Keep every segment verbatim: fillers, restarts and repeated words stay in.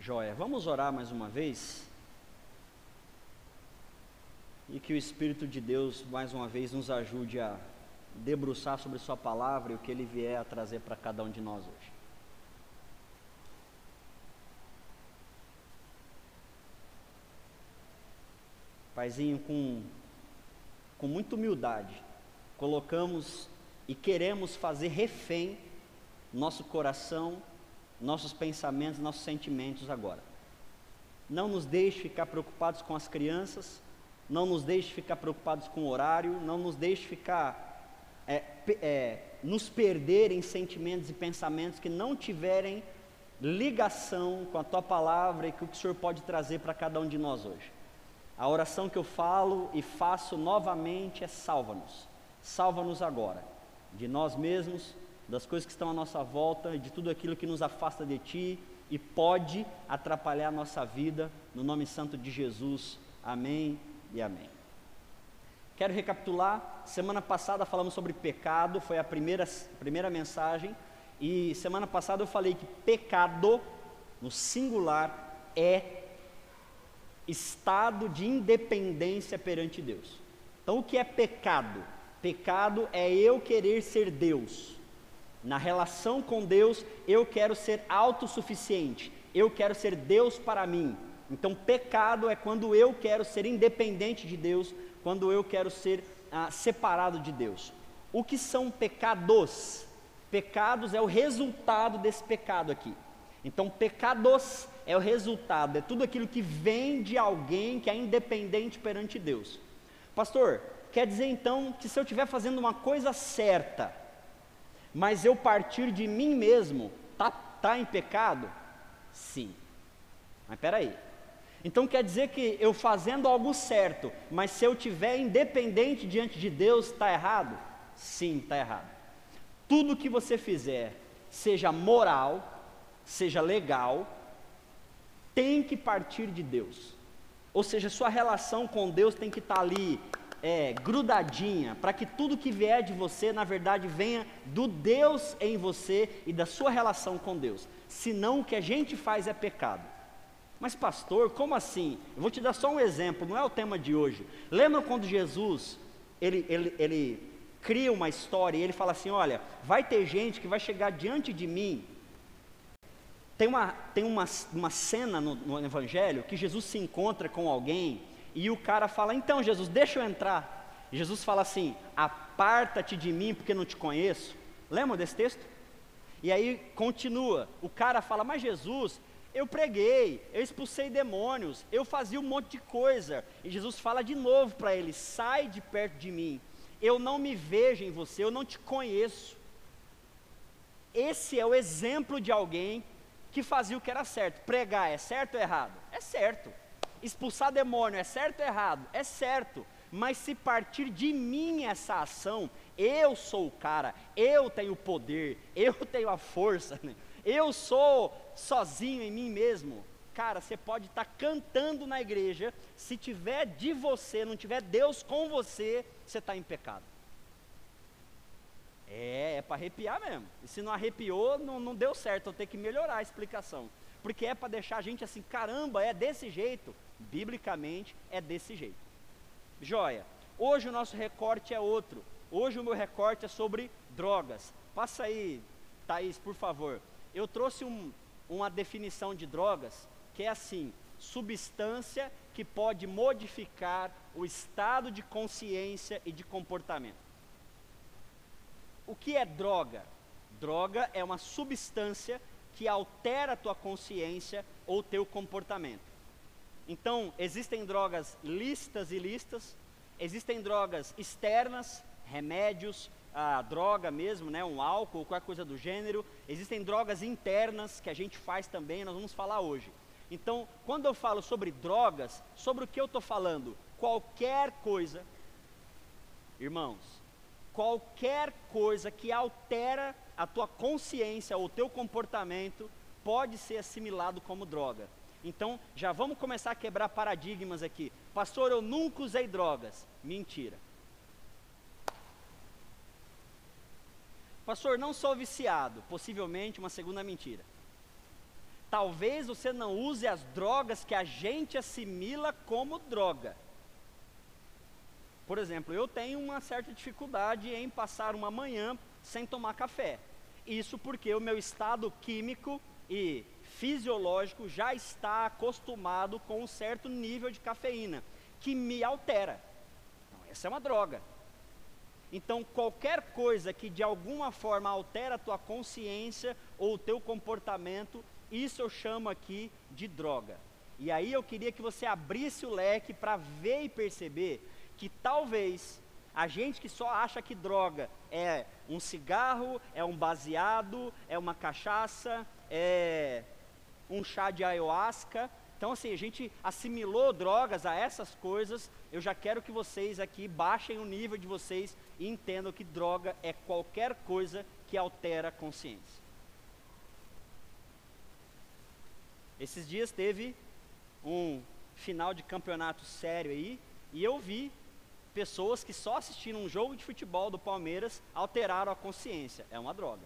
Joia, vamos orar mais uma vez? E que o Espírito de Deus, mais uma vez, nos ajude a debruçar sobre sua palavra e o que Ele vier a trazer para cada um de nós hoje. Paizinho, com, com muita humildade, colocamos e queremos fazer refém nosso coração, nossos pensamentos, nossos sentimentos agora. Não nos deixe ficar preocupados com as crianças, não nos deixe ficar preocupados com o horário, não nos deixe ficar, é, é, nos perder em sentimentos e pensamentos que não tiverem ligação com a Tua palavra e com o que o Senhor pode trazer para cada um de nós hoje. A oração que eu falo e faço novamente é: salva-nos, salva-nos agora, de nós mesmos, das coisas que estão à nossa volta e de tudo aquilo que nos afasta de Ti e pode atrapalhar a nossa vida, no nome santo de Jesus, amém e amém. Quero recapitular. Semana passada falamos sobre pecado, foi a primeira, primeira mensagem, e semana passada eu falei que pecado, no singular, é estado de independência perante Deus. Então o que é pecado? Pecado é eu querer ser Deus. Na relação com Deus, eu quero ser autossuficiente, eu quero ser Deus para mim. Então pecado é quando eu quero ser independente de Deus, quando eu quero ser ah, separado de Deus. O que são pecados? Pecados é o resultado desse pecado aqui. Então pecados é o resultado, é tudo aquilo que vem de alguém que é independente perante Deus. Pastor, quer dizer então que se eu estiver fazendo uma coisa certa, mas eu partir de mim mesmo, tá, tá em pecado? Sim. Mas espera aí. Então quer dizer que eu fazendo algo certo, mas se eu estiver independente diante de Deus, está errado? Sim, está errado. Tudo que você fizer, seja moral, seja legal, tem que partir de Deus. Ou seja, sua relação com Deus tem que estar ali, é, grudadinha, para que tudo que vier de você, na verdade, venha do Deus em você e da sua relação com Deus. Senão o que a gente faz é pecado. Mas pastor, como assim? Eu vou te dar só um exemplo, não é o tema de hoje. Lembra quando Jesus, ele, ele, ele cria uma história e ele fala assim: olha, vai ter gente que vai chegar diante de mim. Tem uma, tem uma, uma cena no, no Evangelho que Jesus se encontra com alguém e o cara fala: então Jesus, deixa eu entrar. E Jesus fala assim: aparta-te de mim porque não te conheço. Lembra desse texto? E aí continua, o cara fala: mas Jesus, eu preguei, eu expulsei demônios, eu fazia um monte de coisa. E Jesus fala de novo para ele: sai de perto de mim, eu não me vejo em você, eu não te conheço. Esse é o exemplo de alguém que fazia o que era certo. Pregar é certo ou errado? É certo. Expulsar demônio é certo ou errado? É certo. Mas se partir de mim essa ação, eu sou o cara, eu tenho o poder, eu tenho a força, né? Eu sou sozinho em mim mesmo. Cara, você pode estar cantando na igreja, se tiver de você, não tiver Deus com você, você está em pecado. É, é para arrepiar mesmo. E se não arrepiou, não, não deu certo, eu tenho que melhorar a explicação. Porque é para deixar a gente assim: caramba, é desse jeito. Biblicamente é desse jeito. Joia, hoje o nosso recorte é outro. Hoje o meu recorte é sobre drogas. Passa aí, Thaís, por favor. Eu trouxe um, uma definição de drogas que é assim: substância que pode modificar o estado de consciência e de comportamento. O que é droga? Droga é uma substância que altera a tua consciência ou teu comportamento. Então, existem drogas lícitas e ilícitas, existem drogas externas, remédios, a droga mesmo, né, um álcool, qualquer coisa do gênero. Existem drogas internas que a gente faz também, nós vamos falar hoje. Então, quando eu falo sobre drogas, sobre o que eu estou falando? Qualquer coisa, irmãos, qualquer coisa que altera a tua consciência ou o teu comportamento pode ser assimilado como droga. Então, já vamos começar a quebrar paradigmas aqui. Pastor, eu nunca usei drogas. Mentira. Pastor, não sou viciado. Possivelmente uma segunda mentira. talvez você não use as drogas que a gente assimila como droga. Por exemplo, eu tenho uma certa dificuldade em passar uma manhã sem tomar café. Isso porque o meu estado químico e fisiológico já está acostumado com um certo nível de cafeína, que me altera. Então, essa é uma droga. Então, qualquer coisa que de alguma forma altera a tua consciência ou o teu comportamento, isso eu chamo aqui de droga. E aí eu queria que você abrisse o leque para ver e perceber que talvez a gente que só acha que droga é um cigarro, é um baseado, é uma cachaça, é um chá de ayahuasca. Então assim, a gente assimilou drogas a essas coisas. Eu já quero que vocês aqui baixem o nível de vocês e entendam que droga é qualquer coisa que altera a consciência. Esses dias teve um final de campeonato sério aí, e eu vi pessoas que só assistiram um jogo de futebol do Palmeiras alteraram a consciência. É uma droga.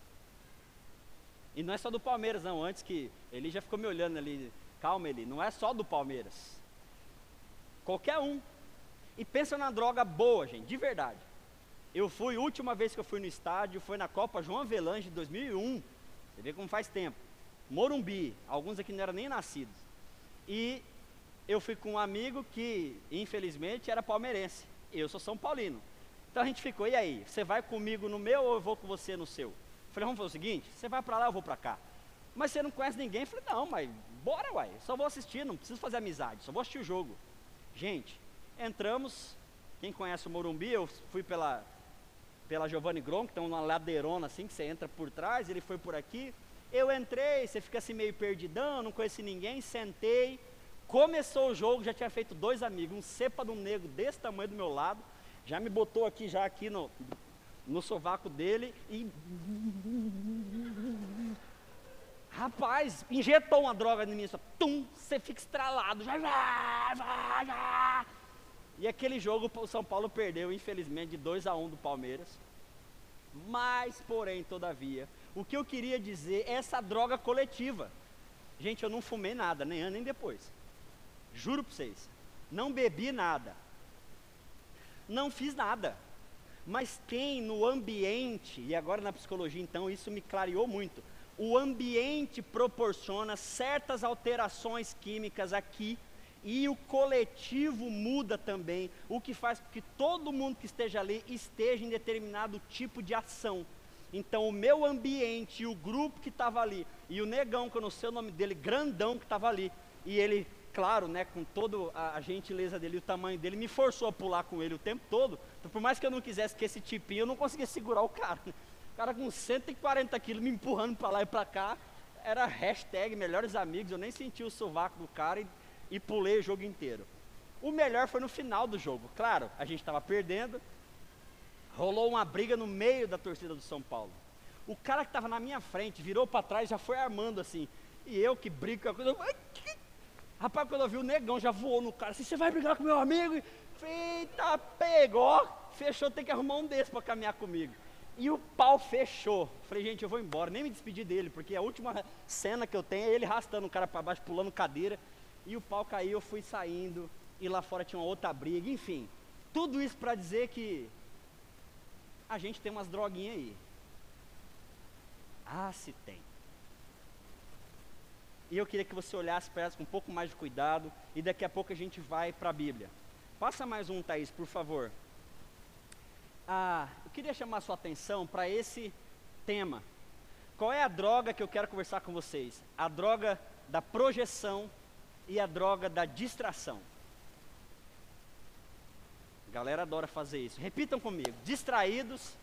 E não é só do Palmeiras não, antes que ele já ficou me olhando ali, calma ele, não é só do Palmeiras. Qualquer um. E pensa na droga boa, gente, de verdade. Eu fui, a última vez que eu fui no estádio, foi na Copa João Avelange de dois mil e um, você vê como faz tempo. Morumbi, alguns aqui não eram nem nascidos. E eu fui com um amigo que, infelizmente, era palmeirense. Eu sou São Paulino. Então a gente ficou, e aí, você vai comigo no meu ou eu vou com você no seu? Eu falei, vamos fazer o seguinte, você vai pra lá, eu vou pra cá. Mas você não conhece ninguém? Eu falei, não, mas bora, uai, só vou assistir, não preciso fazer amizade, só vou assistir o jogo. Gente, entramos, quem conhece o Morumbi, eu fui pela, pela Giovanni Grom, que tem uma ladeirona assim, que você entra por trás, ele foi por aqui. Eu entrei, você fica assim meio perdidão, não conheci ninguém, sentei. Começou o jogo, já tinha feito dois amigos, um cepa de um negro desse tamanho do meu lado, já me botou aqui, já aqui no, no sovaco dele e... Rapaz, injetou uma droga em mim, só, tum, você fica estralado, já, já, já, já. E aquele jogo o São Paulo perdeu, infelizmente, de dois a um do Palmeiras. Mas, porém, todavia, o que eu queria dizer é essa droga coletiva. Gente, eu não fumei nada, nem antes nem depois. Juro para vocês, não bebi nada, não fiz nada, mas tem no ambiente, e agora na psicologia então isso me clareou muito, o ambiente proporciona certas alterações químicas aqui, e o coletivo muda também, o que faz com que todo mundo que esteja ali esteja em determinado tipo de ação. Então o meu ambiente, o grupo que estava ali, e o negão, que eu não sei o nome dele, grandão que estava ali, e ele... Claro, né, com toda a, a gentileza dele, o tamanho dele, me forçou a pular com ele o tempo todo. Então, por mais que eu não quisesse que esse tipinho, eu não conseguia segurar o cara. O cara com cento e quarenta quilos me empurrando para lá e para cá. Era hashtag melhores amigos, eu nem senti o sovaco do cara e, e pulei o jogo inteiro. O melhor foi no final do jogo. Claro, a gente estava perdendo, rolou uma briga no meio da torcida do São Paulo. O cara que estava na minha frente virou para trás, já foi armando assim. E eu que brigo com a coisa... Rapaz, quando eu vi o negão, já voou no cara, assim, você vai brigar com meu amigo? Eita, pegou, fechou, tem que arrumar um desse para caminhar comigo. E o pau fechou. Falei, gente, eu vou embora, nem me despedi dele, porque a última cena que eu tenho é ele arrastando o cara para baixo, pulando cadeira, e o pau caiu, eu fui saindo, e lá fora tinha uma outra briga, enfim. Tudo isso para dizer que a gente tem umas droguinhas aí. Ah, se tem. E eu queria que você olhasse para elas com um pouco mais de cuidado, e daqui a pouco a gente vai para a Bíblia. Passa mais um, Thaís, por favor. Ah, eu queria chamar a sua atenção para esse tema. Qual é a droga que eu quero conversar com vocês? A droga da projeção e a droga da distração. A galera adora fazer isso. Repitam comigo: distraídos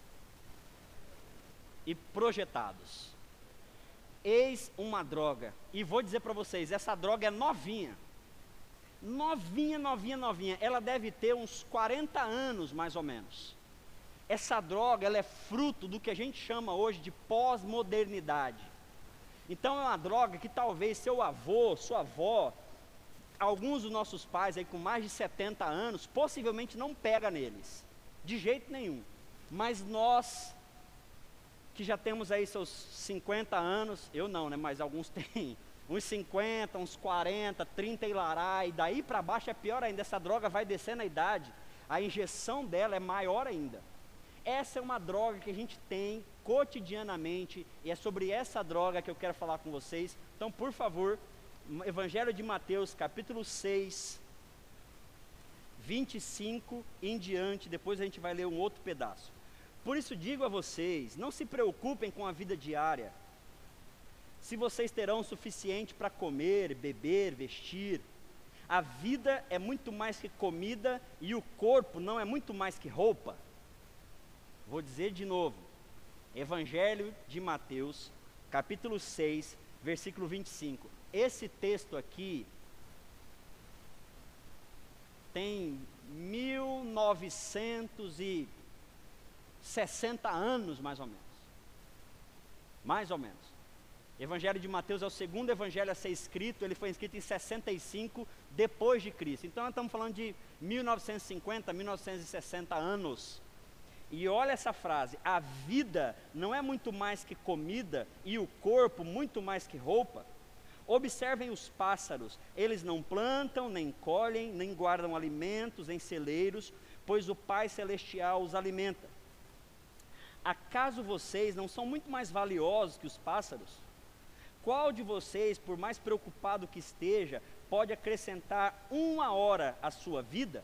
e projetados. Eis uma droga, e vou dizer para vocês, essa droga é novinha, novinha, novinha, novinha, ela deve ter uns quarenta anos mais ou menos. Essa droga, ela é fruto do que a gente chama hoje de pós-modernidade. Então é uma droga que talvez seu avô, sua avó, alguns dos nossos pais aí com mais de setenta anos, possivelmente não pega neles, de jeito nenhum, mas nós... que já temos aí seus cinquenta anos, eu não, né, mas alguns têm uns cinquenta, uns quarenta, trinta e lará, e daí para baixo é pior ainda, essa droga vai descendo a idade, a injeção dela é maior ainda. Essa é uma droga que a gente tem cotidianamente, e é sobre essa droga que eu quero falar com vocês. Então, por favor, Evangelho de Mateus, capítulo seis, vinte e cinco em diante, depois a gente vai ler um outro pedaço. Por isso digo a vocês, não se preocupem com a vida diária, se vocês terão o suficiente para comer, beber, vestir. A vida é muito mais que comida e o corpo não é muito mais que roupa. Vou dizer de novo, Evangelho de Mateus, capítulo seis, versículo vinte e cinco. Esse texto aqui tem mil novecentos e sessenta anos, mais ou menos. Mais ou menos. Evangelho de Mateus é o segundo evangelho a ser escrito, ele foi escrito em sessenta e cinco depois de Cristo. Então nós estamos falando de mil novecentos e cinquenta, mil novecentos e sessenta anos. E olha essa frase, a vida não é muito mais que comida e o corpo muito mais que roupa. Observem os pássaros, eles não plantam, nem colhem, nem guardam alimentos em celeiros, pois o Pai Celestial os alimenta. Acaso vocês não são muito mais valiosos que os pássaros? Qual de vocês, por mais preocupado que esteja, pode acrescentar uma hora à sua vida?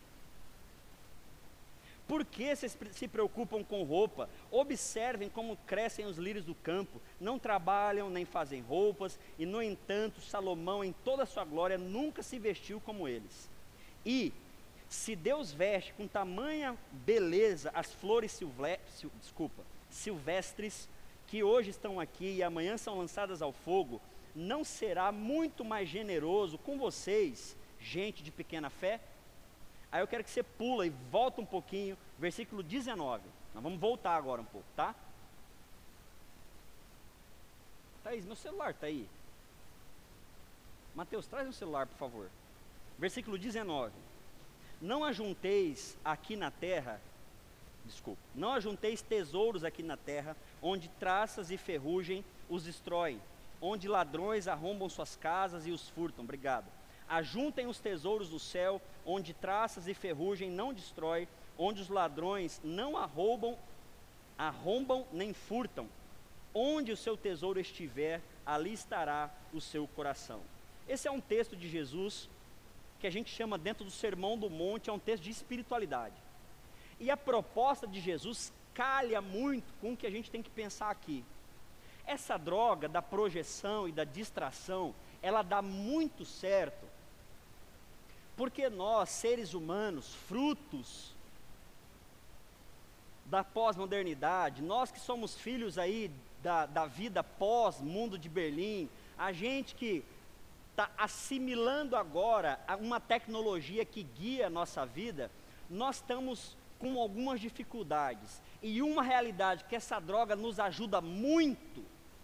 Por que vocês se preocupam com roupa? Observem como crescem os lírios do campo, não trabalham nem fazem roupas, e no entanto Salomão em toda a sua glória nunca se vestiu como eles. E se Deus veste com tamanha beleza as flores silve, sil, desculpa, silvestres, que hoje estão aqui e amanhã são lançadas ao fogo, não será muito mais generoso com vocês, gente de pequena fé? Aí eu quero que você pula e volta um pouquinho, versículo dezenove. Nós vamos voltar agora um pouco, tá? Thaís, meu celular está aí. Mateus, traz o celular, por favor. Versículo dezenove. Não ajunteis aqui na terra, desculpa, não ajunteis tesouros aqui na terra, onde traças e ferrugem os destroem, onde ladrões arrombam suas casas e os furtam. Obrigado. Ajuntem os tesouros do céu, onde traças e ferrugem não destrói, onde os ladrões não arrombam, arrombam nem furtam. Onde o seu tesouro estiver, ali estará o seu coração. Esse é um texto de Jesus, que a gente chama dentro do Sermão do Monte, é um texto de espiritualidade. E a proposta de Jesus calha muito com o que a gente tem que pensar aqui. Essa droga da projeção e da distração, ela dá muito certo, porque nós, seres humanos, frutos da pós-modernidade, nós que somos filhos aí da, da vida pós-mundo de Berlim, a gente que está assimilando agora uma tecnologia que guia a nossa vida, nós estamos com algumas dificuldades. E uma realidade que essa droga nos ajuda muito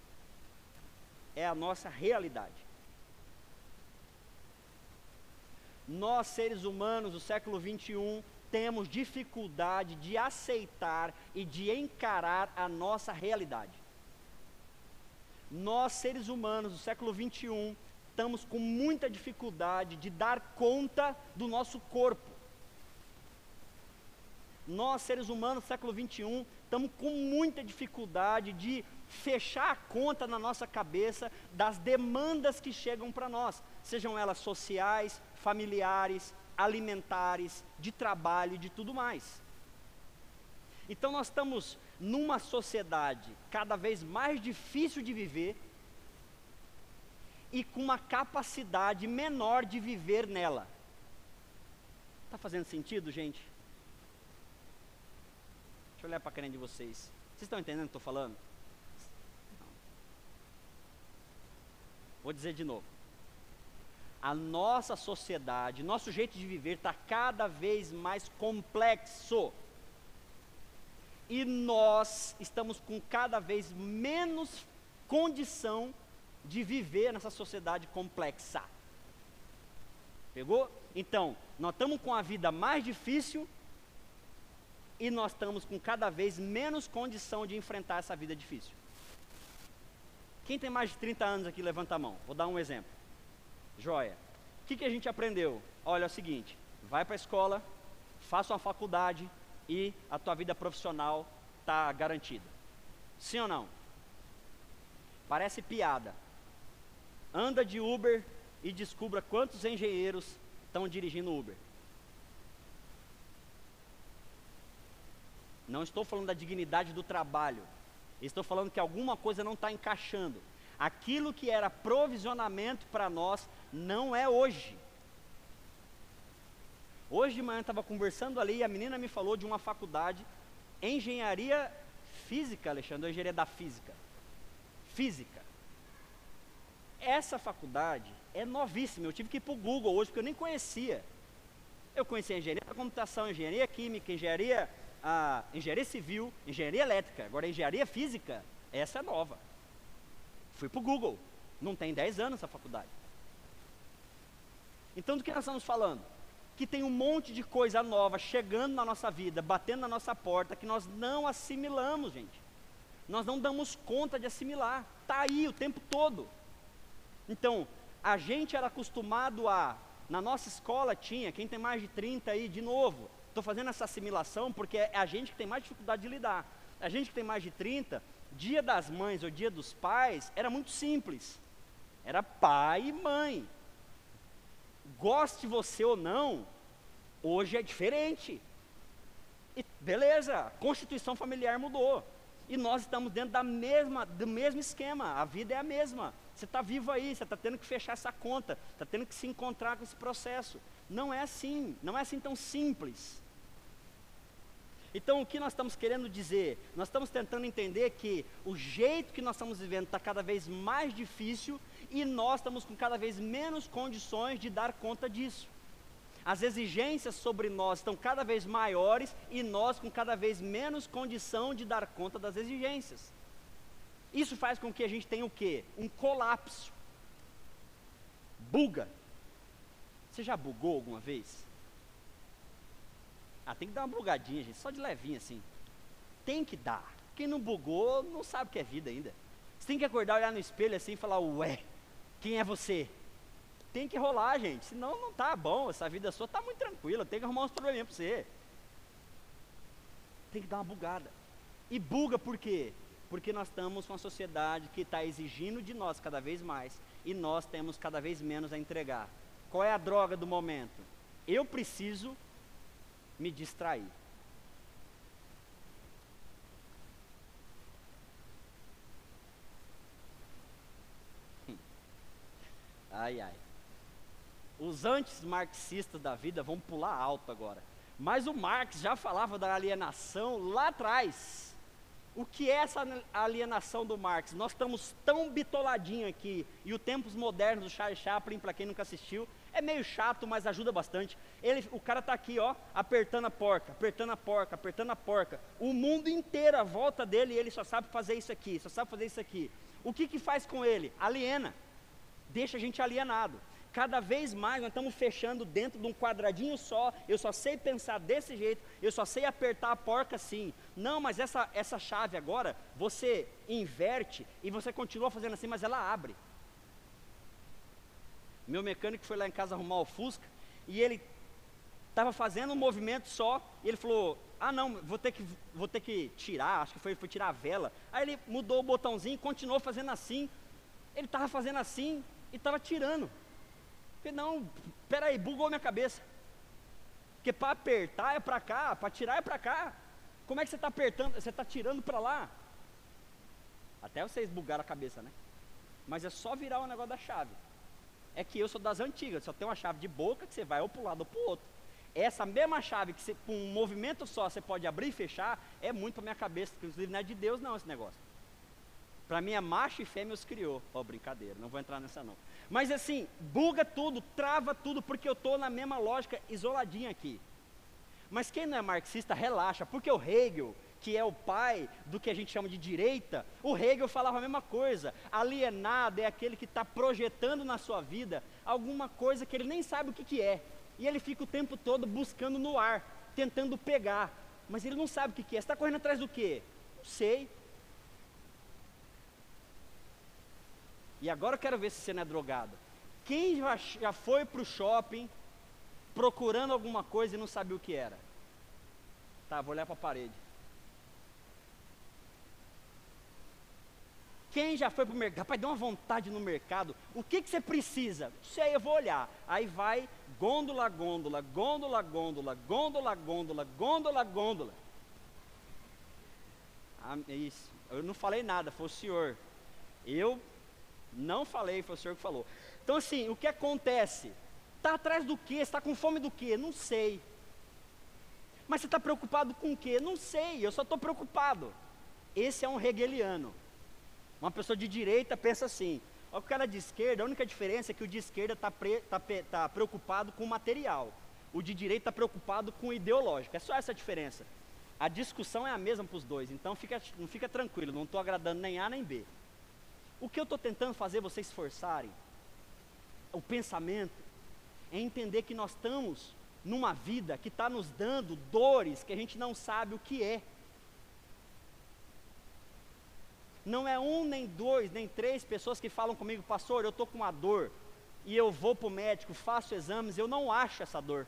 é a nossa realidade. Nós, seres humanos do século vinte e um, temos dificuldade de aceitar e de encarar a nossa realidade. Nós, seres humanos do século vinte e um, estamos com muita dificuldade de dar conta do nosso corpo. Nós, seres humanos do século vinte e um, estamos com muita dificuldade de fechar a conta na nossa cabeça das demandas que chegam para nós, sejam elas sociais, familiares, alimentares, de trabalho e de tudo mais. Então nós estamos numa sociedade cada vez mais difícil de viver e com uma capacidade menor de viver nela. Está fazendo sentido, gente? Deixa eu olhar para a cara de vocês. Vocês estão entendendo o que eu estou falando? Não. Vou dizer de novo. A nossa sociedade, nosso jeito de viver está cada vez mais complexo. E nós estamos com cada vez menos condição de viver nessa sociedade complexa. Pegou? Então, nós estamos com a vida mais difícil e nós estamos com cada vez menos condição de enfrentar essa vida difícil. Quem tem mais de trinta anos aqui, levanta a mão. Vou dar um exemplo. Joia. O que, que a gente aprendeu? Olha, é o seguinte, vai para a escola, faça uma faculdade e a tua vida profissional está garantida. Sim ou não? Parece piada. Anda de Uber e descubra quantos engenheiros estão dirigindo Uber. Não estou falando da dignidade do trabalho. Estou falando que alguma coisa não está encaixando. Aquilo que era provisionamento para nós não é hoje. Hoje de manhã eu estava conversando ali e a menina me falou de uma faculdade, engenharia física, Alexandre, ou engenharia da física? Física. Essa faculdade é novíssima, eu tive que ir para o Google hoje porque eu nem conhecia. Eu conhecia engenharia da computação, engenharia química, engenharia, ah, engenharia civil, engenharia elétrica. Agora engenharia física, essa é nova. Fui para o Google, não tem dez anos essa faculdade. Então do que nós estamos falando? Que tem um monte de coisa nova chegando na nossa vida, batendo na nossa porta, que nós não assimilamos, gente. Nós não damos conta de assimilar, está aí o tempo todo. Então, a gente era acostumado a, na nossa escola tinha, quem tem mais de trinta aí, de novo, estou fazendo essa assimilação porque é a gente que tem mais dificuldade de lidar. A gente que tem mais de trinta, dia das mães ou dia dos pais, era muito simples. Era pai e mãe. Goste você ou não, hoje é diferente. E beleza, a constituição familiar mudou. E nós estamos dentro da mesma, do mesmo esquema, a vida é a mesma. Você está vivo aí, você está tendo que fechar essa conta, está tendo que se encontrar com esse processo. Não é assim, não é assim tão simples. Então o que nós estamos querendo dizer? Nós estamos tentando entender que o jeito que nós estamos vivendo está cada vez mais difícil e nós estamos com cada vez menos condições de dar conta disso. As exigências sobre nós estão cada vez maiores e nós com cada vez menos condição de dar conta das exigências. Isso faz com que a gente tenha o quê? Um colapso. Buga. Você já bugou alguma vez? Ah, tem que dar uma bugadinha, gente, só de levinho assim. Tem que dar. Quem não bugou, não sabe o que é vida ainda. Você tem que acordar, olhar no espelho assim e falar, ué, quem é você? Tem que rolar, gente, senão não tá bom, essa vida sua tá muito tranquila, tem que arrumar uns probleminhas para você. Tem que dar uma bugada. E buga por quê? Porque nós estamos com uma sociedade que está exigindo de nós cada vez mais, e nós temos cada vez menos a entregar. Qual é a droga do momento? Eu preciso me distrair. Ai, ai. Os antes-marxistas da vida vão pular alto agora. Mas o Marx já falava da alienação lá atrás. O que é essa alienação do Marx? Nós estamos tão bitoladinhos aqui, e o Tempos Modernos do Charlie Chaplin, para quem nunca assistiu, é meio chato, mas ajuda bastante. Ele, o cara está aqui, ó, apertando a porca, apertando a porca, apertando a porca. O mundo inteiro à volta dele, e ele só sabe fazer isso aqui, só sabe fazer isso aqui. O que que faz com ele? Aliena. Deixa a gente alienado. Cada vez mais nós estamos fechando dentro de um quadradinho só. Eu só sei pensar desse jeito, eu só sei apertar a porca assim. Não, mas essa, essa chave agora, você inverte e você continua fazendo assim, mas ela abre. Meu mecânico foi lá em casa arrumar o Fusca e ele estava fazendo um movimento só e ele falou, ah não, vou ter que, vou ter que tirar, acho que foi, foi tirar a vela. Aí ele mudou o botãozinho e continuou fazendo assim. Ele estava fazendo assim e estava tirando. Falei, não, peraí, bugou minha cabeça. Porque para apertar é para cá, para tirar é para cá. Como é que você está apertando, você está tirando para lá? Até vocês bugaram a cabeça, né? Mas é só virar o negócio da chave. É que eu sou das antigas, só tem uma chave de boca que você vai ou para um lado ou para o outro. Essa mesma chave que você, com um movimento só você pode abrir e fechar, é muito para minha cabeça, inclusive não é de Deus não esse negócio. Para mim é macho e fêmea os criou. Ó, oh, brincadeira, não vou entrar nessa não. Mas assim, buga tudo, trava tudo, porque eu estou na mesma lógica isoladinha aqui. Mas quem não é marxista, relaxa, porque o Hegel, que é o pai do que a gente chama de direita, o Hegel falava a mesma coisa. Alienado é aquele que está projetando na sua vida alguma coisa que ele nem sabe o que, que é. E ele fica o tempo todo buscando no ar, tentando pegar. Mas ele não sabe o que, que é. Você está correndo atrás do quê? Não sei. E agora eu quero ver se você não é drogado. Quem já, já foi para o shopping procurando alguma coisa e não sabia o que era? Tá, vou olhar para a parede. Quem já foi para o mercado? Rapaz, deu uma vontade no mercado. O que, que você precisa? Não sei, eu vou olhar. Aí vai gôndola, gôndola, gôndola, gôndola, gôndola, gôndola, gôndola, gôndola. Ah, isso. Eu não falei nada, foi o senhor. Eu não falei, foi o senhor que falou. Então assim, o que acontece? Está atrás do quê? Você está com fome do quê? Não sei. Mas você está preocupado com o quê? Não sei, eu só estou preocupado. Esse é um hegeliano. Uma pessoa de direita pensa assim. O cara de esquerda, a única diferença é que o de esquerda está tá, tá preocupado com o material. O de direita está preocupado com o ideológico. É só essa a diferença. A discussão é a mesma para os dois, então fica, não fica tranquilo, não estou agradando nem A nem B. O que eu estou tentando fazer vocês esforçarem, o pensamento, é entender que nós estamos numa vida que está nos dando dores que a gente não sabe o que é. Não é um, nem dois, nem três pessoas que falam comigo, pastor, eu estou com uma dor, e eu vou para o médico, faço exames, eu não acho essa dor.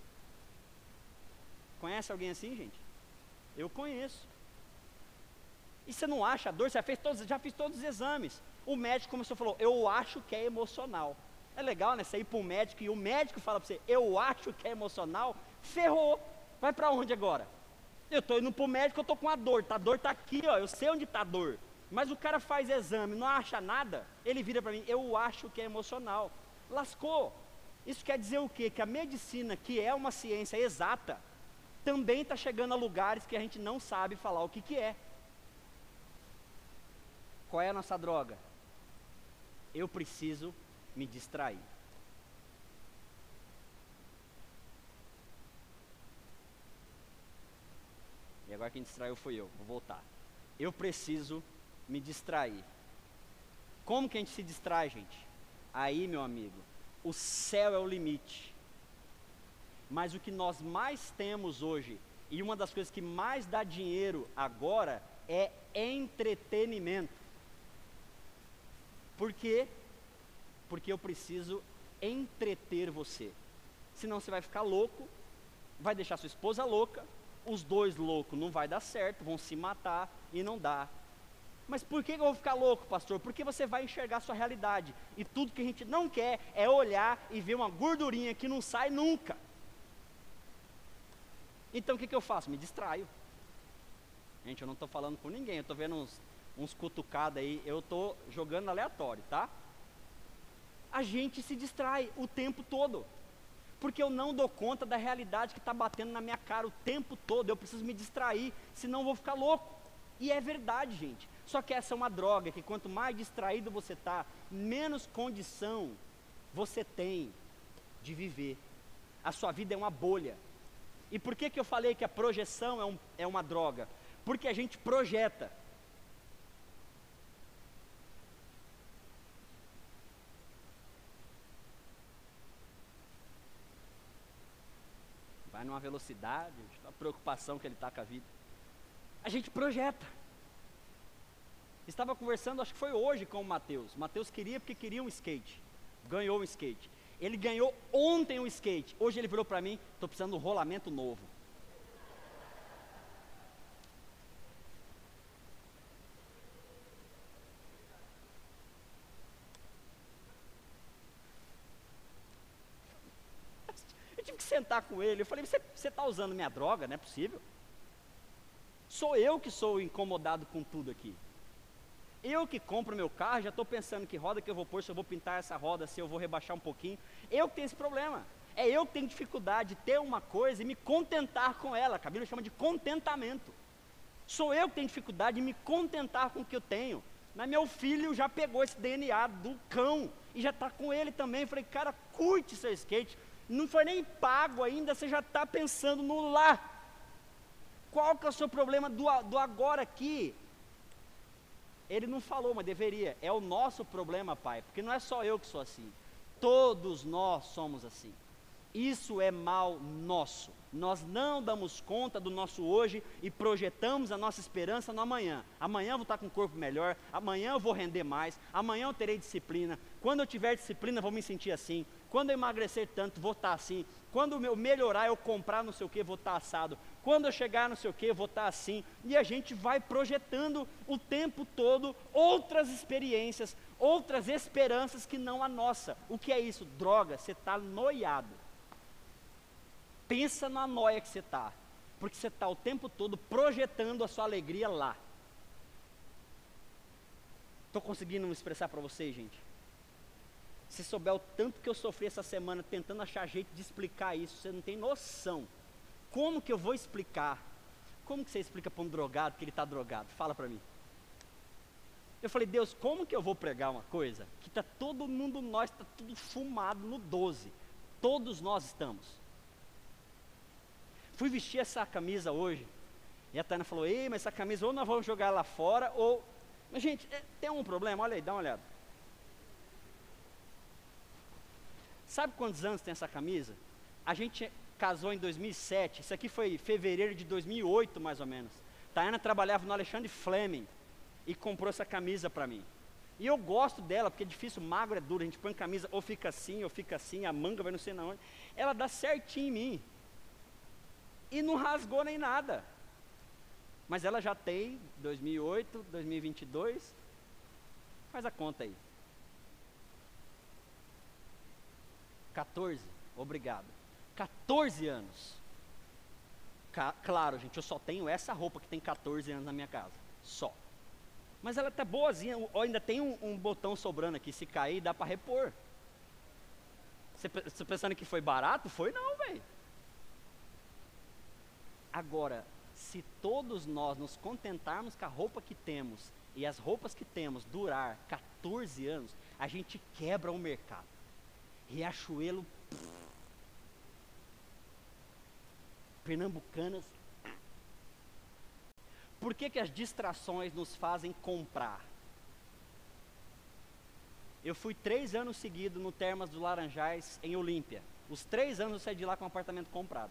Conhece alguém assim, gente? Eu conheço. E você não acha a dor? Você já fez todos, já fiz todos os exames. O médico começou e falou, eu acho que é emocional. É legal, né? Você ir para um médico e o médico fala para você, eu acho que é emocional. Ferrou. Vai para onde agora? Eu estou indo para o médico, eu estou com a dor. A dor está aqui, ó, eu sei onde está a dor. Mas o cara faz exame, não acha nada. Ele vira para mim, eu acho que é emocional. Lascou. Isso quer dizer o quê? Que a medicina, que é uma ciência exata, também está chegando a lugares que a gente não sabe falar o que, que é. Qual é a nossa droga? Eu preciso me distrair. E agora quem distraiu foi eu, vou voltar. Eu preciso me distrair. Como que a gente se distrai, gente? Aí, meu amigo, o céu é o limite. Mas o que nós mais temos hoje, e uma das coisas que mais dá dinheiro agora, é entretenimento. Por quê? Porque eu preciso entreter você. Senão você vai ficar louco, vai deixar sua esposa louca, os dois loucos não vai dar certo, vão se matar e não dá. Mas por que eu vou ficar louco, pastor? Porque você vai enxergar a sua realidade. E tudo que a gente não quer é olhar e ver uma gordurinha que não sai nunca. Então o que, que eu faço? Me distraio. Gente, eu não estou falando com ninguém, eu estou vendo uns, uns cutucados aí, eu estou jogando aleatório, tá? A gente se distrai o tempo todo. Porque eu não dou conta da realidade que está batendo na minha cara o tempo todo. Eu preciso me distrair, senão eu vou ficar louco. E é verdade, gente. Só que essa é uma droga, que quanto mais distraído você está, menos condição você tem de viver. A sua vida é uma bolha. E por que que eu falei que a projeção é, um, é uma droga? Porque a gente projeta. Vai numa velocidade, a preocupação que ele está com a vida. A gente projeta. Estava conversando, acho que foi hoje com o Mateus. Mateus queria porque queria um skate. Ganhou um skate. Ele ganhou ontem um skate. Hoje ele virou para mim, estou precisando de um rolamento novo. Eu tive que sentar com ele. Eu falei, você está usando minha droga? Não é possível. Sou eu que sou incomodado com tudo aqui. Eu que compro meu carro, já estou pensando que roda que eu vou pôr, se eu vou pintar essa roda, se eu vou rebaixar um pouquinho. Eu que tenho esse problema. É eu que tenho dificuldade de ter uma coisa e me contentar com ela. A Bíblia chama de contentamento. Sou eu que tenho dificuldade de me contentar com o que eu tenho. Mas meu filho já pegou esse D N A do cão e já está com ele também. Eu falei, cara, curte seu skate. Não foi nem pago ainda, você já está pensando no lá. Qual que é o seu problema do, do agora aqui? Ele não falou, mas deveria. É o nosso problema, pai, porque não é só eu que sou assim. Todos nós somos assim. Isso é mal nosso. Nós não damos conta do nosso hoje e projetamos a nossa esperança no amanhã. Amanhã eu vou estar com um corpo melhor, amanhã eu vou render mais, amanhã eu terei disciplina. Quando eu tiver disciplina, eu vou me sentir assim. Quando eu emagrecer tanto, vou estar assim. Quando eu melhorar, eu comprar não sei o que, vou estar assado. Quando eu chegar não sei o que, vou estar assim. E a gente vai projetando o tempo todo outras experiências, outras esperanças que não a nossa. O que é isso? Droga, você está noiado. Pensa na noia que você está, porque você está o tempo todo projetando a sua alegria lá. Estou conseguindo me expressar para vocês, gente? Se souber o tanto que eu sofri essa semana tentando achar jeito de explicar isso, você não tem noção. Como que eu vou explicar? Como que você explica para um drogado que ele está drogado? Fala para mim. Eu falei, Deus, como que eu vou pregar uma coisa que está todo mundo, nós, está tudo fumado no doze. Todos nós estamos. Fui vestir essa camisa hoje, e a Tânia falou, ei, mas essa camisa ou nós vamos jogar lá fora, ou... Mas gente, é, tem um problema, olha aí, dá uma olhada. Sabe quantos anos tem essa camisa? A gente casou em dois mil e sete, isso aqui foi fevereiro de dois mil e oito, mais ou menos. Tayana trabalhava no Alexandre Fleming, e comprou essa camisa para mim. E eu gosto dela, porque é difícil, magro é duro, a gente põe camisa, ou fica assim, ou fica assim, a manga vai não sei na onde. Ela dá certinho em mim. E não rasgou nem nada. Mas ela já tem dois mil e oito, dois mil e vinte e dois. Faz a conta aí. quatorze, obrigado. quatorze anos. Ca- claro, gente, eu só tenho essa roupa que tem quatorze anos na minha casa. Só. Mas ela tá boazinha, ainda tem um, um botão sobrando aqui. Se cair, dá para repor. Você, você pensando que foi barato? Foi não, velho. Agora, se todos nós nos contentarmos com a roupa que temos e as roupas que temos durar quatorze anos, a gente quebra o mercado. Riachuelo, pff, Pernambucanas. Por que que as distrações nos fazem comprar? Eu fui três anos seguidos no Termas dos Laranjais, em Olímpia. Os três anos eu saí de lá com um apartamento comprado.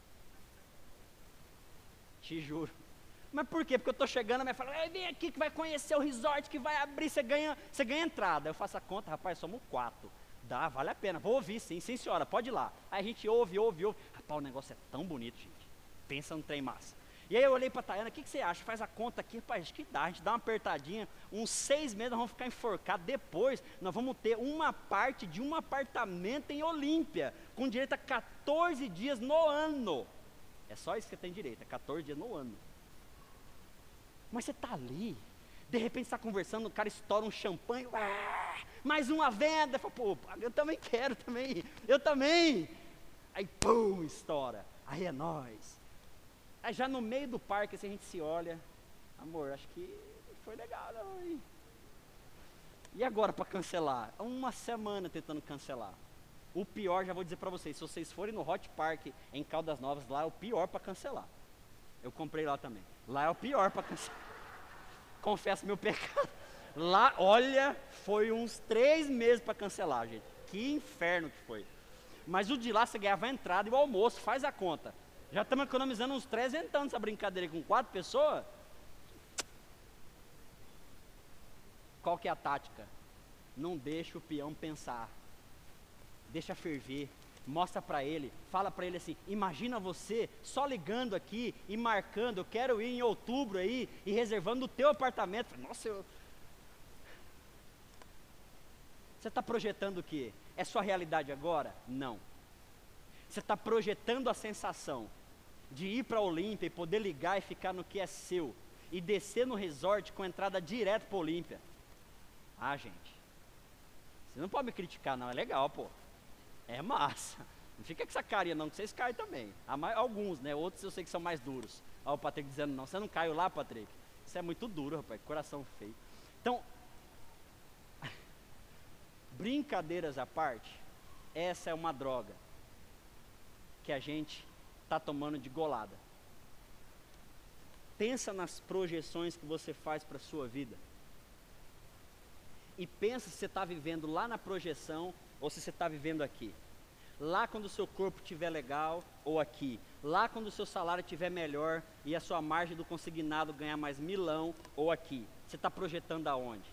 Te juro. Mas por quê? Porque eu estou chegando, a minha fala, vem aqui que vai conhecer o resort, que vai abrir, você ganha, você ganha entrada. Eu faço a conta, rapaz, somos quatro. Dá, vale a pena, vou ouvir sim, sim senhora, pode ir lá. Aí a gente ouve, ouve, ouve. Rapaz, o negócio é tão bonito, gente. Pensa no trem massa. E aí eu olhei para a Tayana, o que, que você acha? Faz a conta aqui, rapaz, acho que dá, a gente dá uma apertadinha, uns seis meses nós vamos ficar enforcados, depois nós vamos ter uma parte de um apartamento em Olímpia, com direito a quatorze dias no ano. É só isso que você tem direito, é quatorze dias no ano. Mas você está ali, de repente você está conversando, o cara estoura um champanhe, uá, mais uma venda, fala, pô, eu também quero, também, eu também. Aí pum, estoura, aí é nóis. Aí já no meio do parque, assim, a gente se olha, amor, acho que foi legal, não, hein? E agora para cancelar? Uma semana tentando cancelar. O pior, já vou dizer para vocês, se vocês forem no Hot Park em Caldas Novas, lá é o pior para cancelar. Eu comprei lá também. Lá é o pior para cancelar. Confesso meu pecado. Lá, olha, foi uns três meses para cancelar, gente. Que inferno que foi. Mas o de lá você ganhava a entrada e o almoço, faz a conta. Já estamos economizando uns trezentos nessa brincadeira com quatro pessoas. Qual que é a tática? Não deixa o peão pensar. Deixa ferver. Mostra para ele, fala para ele assim, imagina você só ligando aqui e marcando, eu quero ir em outubro aí e reservando o teu apartamento. Nossa, eu... Você está projetando o quê? É sua realidade agora? Não. Você está projetando a sensação de ir para a Olímpia e poder ligar e ficar no que é seu e descer no resort com entrada direto para a Olímpia. Ah, gente, você não pode me criticar não, é legal, pô. É massa. Não fica com essa carinha não, que vocês caem também. Há mais, alguns, né? Outros eu sei que são mais duros. Olha o Patrick dizendo, não, você não caiu lá, Patrick? Isso é muito duro, rapaz, coração feio. Então, brincadeiras à parte, essa é uma droga que a gente está tomando de golada. Pensa nas projeções que você faz para a sua vida. E pensa se você está vivendo lá na projeção ou se você está vivendo aqui. lá quando o seu corpo estiver legal ou aqui, lá quando o seu salário estiver melhor e a sua margem do consignado ganhar mais milão ou aqui. Você está projetando aonde?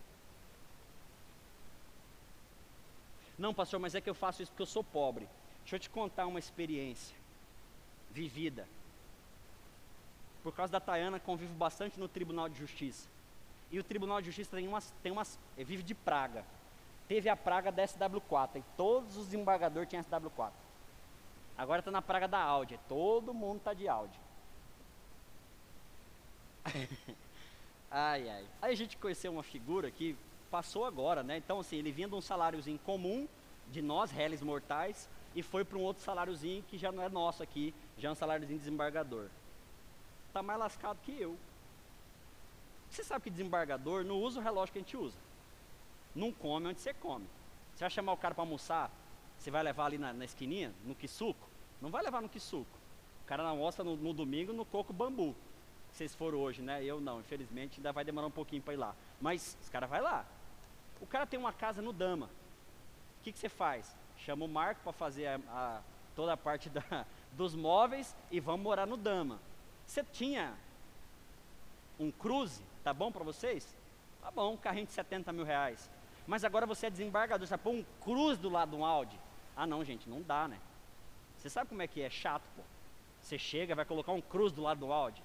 Não, pastor, mas é que eu faço isso porque eu sou pobre. Deixa eu te contar uma experiência vivida. Por causa da Tayana, convivo bastante no Tribunal de Justiça. E o Tribunal de Justiça tem umas, tem umas, vive de praga. Teve a praga da S W quatro, e todos os desembargadores tinham S W quatro. Agora está na praga da Audi, todo mundo está de Audi. Ai, ai. Aí a gente conheceu uma figura que passou agora, né? Então, assim, ele vinha de um saláriozinho comum, de nós, réis mortais, e foi para um outro saláriozinho que já não é nosso aqui, já é um saláriozinho de desembargador. Está mais lascado que eu. Você sabe que desembargador não usa o relógio que a gente usa. Não come onde você come. Você vai chamar o cara para almoçar, você vai levar ali na, na esquininha, no quissuco? Não vai levar no quissuco. O cara almoça no, no domingo no coco bambu. Vocês foram hoje, né? Eu não, infelizmente, ainda vai demorar um pouquinho para ir lá. Mas os caras vão lá. O cara tem uma casa no Dama. O que, que você faz? Chama o Marco para fazer a, a, toda a parte da, dos móveis e vamos morar no Dama. Você tinha um Cruze, tá bom para vocês? Tá bom, um carrinho de setenta mil reais. Mas agora você é desembargador, você vai pôr um Cruze do lado de um Audi? Ah não, gente, não dá, né? Você sabe como é que é? Chato, pô. Você chega, vai colocar um Cruze do lado do Audi.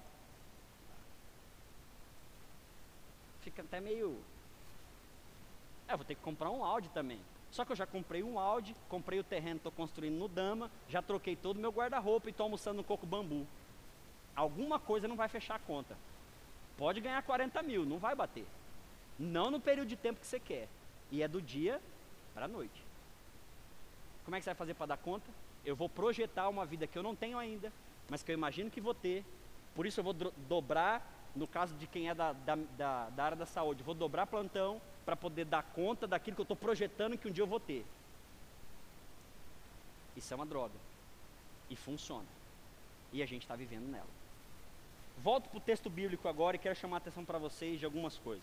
Fica até meio... É, vou ter que comprar um Audi também. Só que eu já comprei um Audi, comprei o terreno, estou construindo no Dama, já troquei todo o meu guarda-roupa e estou almoçando no coco bambu. Alguma coisa não vai fechar a conta. Pode ganhar quarenta mil, não vai bater. Não no período de tempo que você quer. E é do dia para a noite. Como é que você vai fazer para dar conta? Eu vou projetar uma vida que eu não tenho ainda, mas que eu imagino que vou ter. Por isso eu vou dobrar, no caso de quem é da, da, da, da área da saúde, vou dobrar plantão para poder dar conta daquilo que eu estou projetando que um dia eu vou ter. Isso é uma droga. E funciona. E a gente está vivendo nela. Volto para o texto bíblico agora e quero chamar a atenção para vocês de algumas coisas.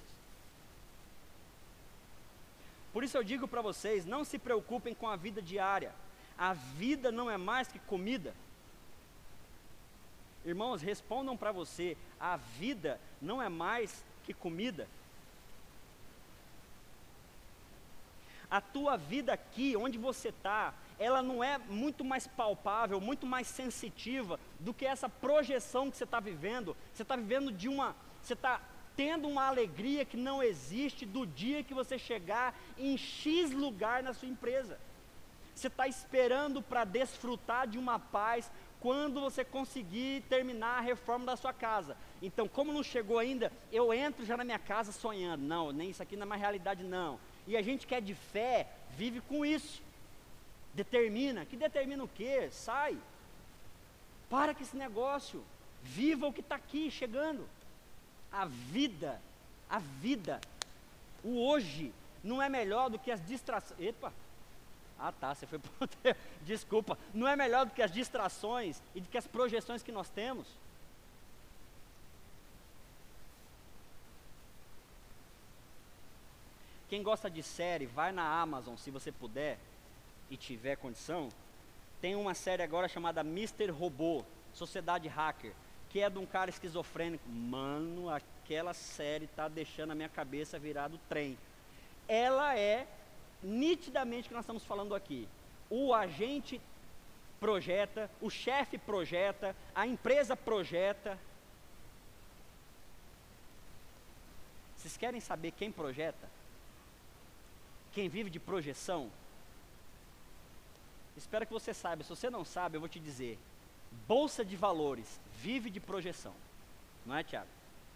Por isso eu digo para vocês, não se preocupem com a vida diária. A vida não é mais que comida. Irmãos, respondam para você, a vida não é mais que comida. A tua vida aqui, onde você está, ela não é muito mais palpável, muito mais sensitiva do que essa projeção que você está vivendo. Você está vivendo de uma... Você está tendo uma alegria que não existe do dia que você chegar em X lugar na sua empresa. Você está esperando para desfrutar de uma paz quando você conseguir terminar a reforma da sua casa. Então, como não chegou ainda, eu entro já na minha casa sonhando. Não, nem isso aqui não é mais realidade, não. E a gente que é de fé, vive com isso. Determina. Que determina o quê? Sai. Para com esse negócio. Viva o que está aqui, chegando. A vida, a vida, o hoje, não é melhor do que as distrações. Epa! Ah tá, você foi pro... Desculpa. Não é melhor do que as distrações e do que as projeções que nós temos. Quem gosta de série, vai na Amazon, se você puder e tiver condição. Tem uma série agora chamada mister Robô, Sociedade Hacker, que é de um cara esquizofrênico. Mano, aquela série tá deixando a minha cabeça virar do trem. Ela é nitidamente o que nós estamos falando aqui. O agente projeta, o chefe projeta, a empresa projeta. Vocês querem saber quem projeta? Quem vive de projeção? Espero que você saiba. Se você não sabe, eu vou te dizer. Bolsa de valores vive de projeção. Não é, Tiago?